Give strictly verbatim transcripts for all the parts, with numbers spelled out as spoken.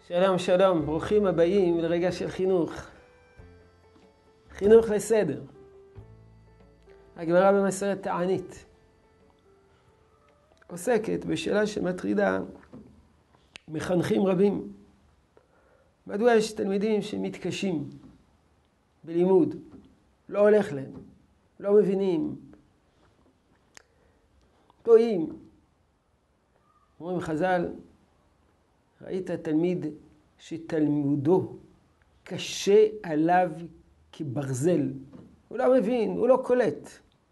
שלום שלום, ברוכים הבאים לרגע של חינוך. חינוך לסדר. הגמרא במסכת תענית עוסקת בשאלה שמטרידה מחנכים רבים. מדוע יש תלמידים שמתקשים בלימוד, לא הולך להם, לא מבינים, טועים. אומרים חז"ל, ראית תלמיד שתלמודו קשה עליו כברזל. הוא לא מבין, הוא לא קולט.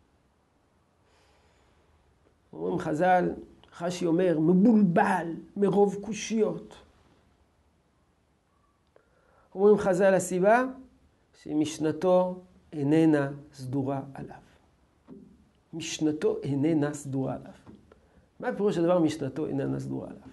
אומרים חז"ל, חשי אומר, מבולבל מרוב קושיות. אומרים חז"ל, הסיבה שמשנתו איננה סדורה עליו. משנתו איננה סדורה עליו. מה הפירוש הדבר משנתו איננה סדורה עליו?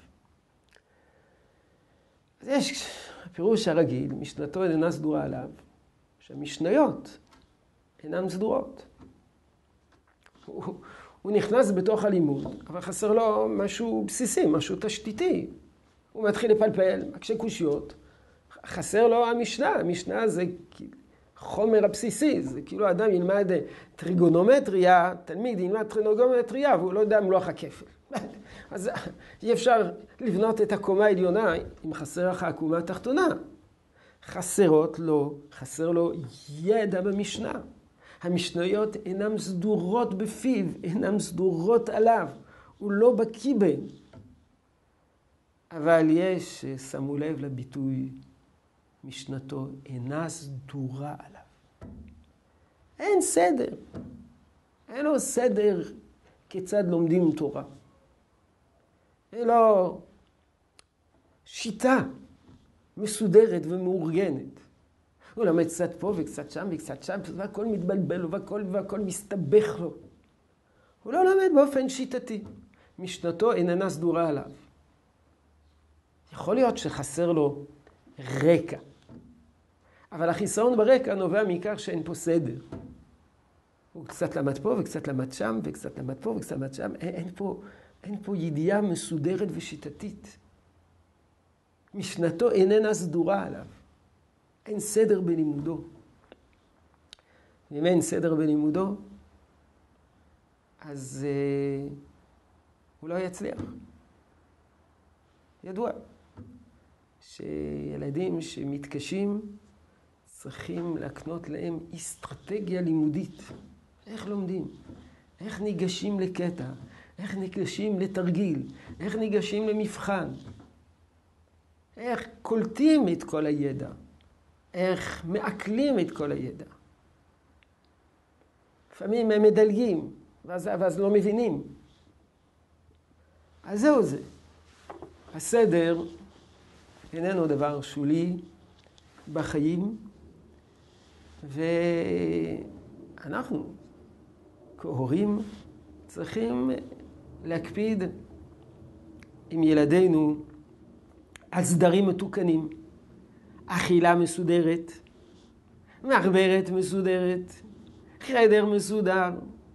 אז יש הפירוש הרגיל, משנתו איננה סדורה עליו, שהמשניות אינן סדורות. הוא, הוא נכנס בתוך הלימוד, אבל חסר לו משהו בסיסי, משהו תשתיתי. הוא מתחיל לפלפל, מקשה קושיות. חסר לו המשנה, המשנה זה חומר הבסיסי, זה כאילו האדם ילמד טריגונומטריה, תלמיד ילמד טריגונומטריה, והוא לא יודע מלוח הכפל. אז אי אפשר לבנות את הקומה העליונה אם חסר לך הקומה התחתונה. חסרות לו, חסר לו ידע במשנה. המשניות אינן סדורות בפיו, אינן סדורות עליו. הוא לא בקיא בהן. אבל יש, שמו לב לביטוי, משנתו אינה סדורה עליו. אין סדר. אין לו סדר כיצד לומדים תורה. אין לו שיטה מסודרת ומאורגנת. הוא למד קצת פה וקצת שם וקצת שם, והכל מתבלבל לו והכל, והכל מסתבך לו. הוא לא למד באופן שיטתי. משנתו איננה סדורה עליו. יכול להיות שחסר לו רקע. אבל החיסרון ברקע נובע מכך שאין פה סדר. הוא קצת למד פה וקצת למד שם וקצת למד פה וקצת למד שם. אין, אין פה... אין פה ידיעה מסודרת ושיטתית. משנתו איננה סדורה עליו. אין סדר בלימודו. אם אין סדר בלימודו, אז אה, הוא לא יצליח. ידוע שילדים שמתקשים צריכים להקנות להם אסטרטגיה לימודית. איך לומדים? איך ניגשים לקטע? איך ניגשים לתרגיל? איך ניגשים למבחן? איך קולטים את כל הידע? איך מעכלים את כל הידע? לפעמים הם מדלגים, ואז, ואז לא מבינים. אז זהו זה. הסדר איננו דבר שולי בחיים, ואנחנו כהורים צריכים להקפיד עם ילדינו על סדרים מתוקנים. אכילה מסודרת, מחברת מסודרת, חדר מסודר,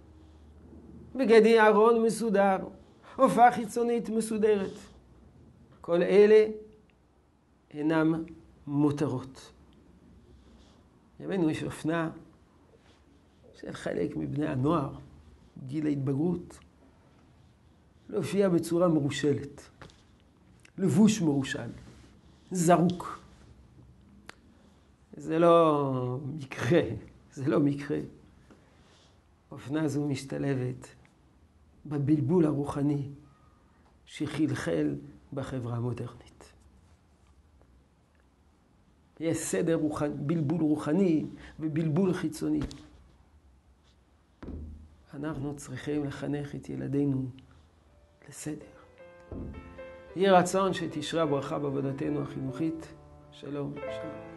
בגדי ארון מסודר, הופעה חיצונית מסודרת. כל אלה אינם מותרות. ימינו יש אופנה של חלק מבני הנוער, גיל ההתבגרות, להופיע בצורה מרושלת, לבוש מרושל, זרוק. זה לא מקרה, זה לא מקרה. האופנה זו משתלבת בבלבול הרוחני שחלחל בחברה המודרנית. יש סדר רוחני, בלבול רוחני ובלבול חיצוני. אנחנו צריכים לחנך את ילדינו לסדר. יהיה רצון שתשרה ברכה בעבודתנו החינוכית. שלום, שלום.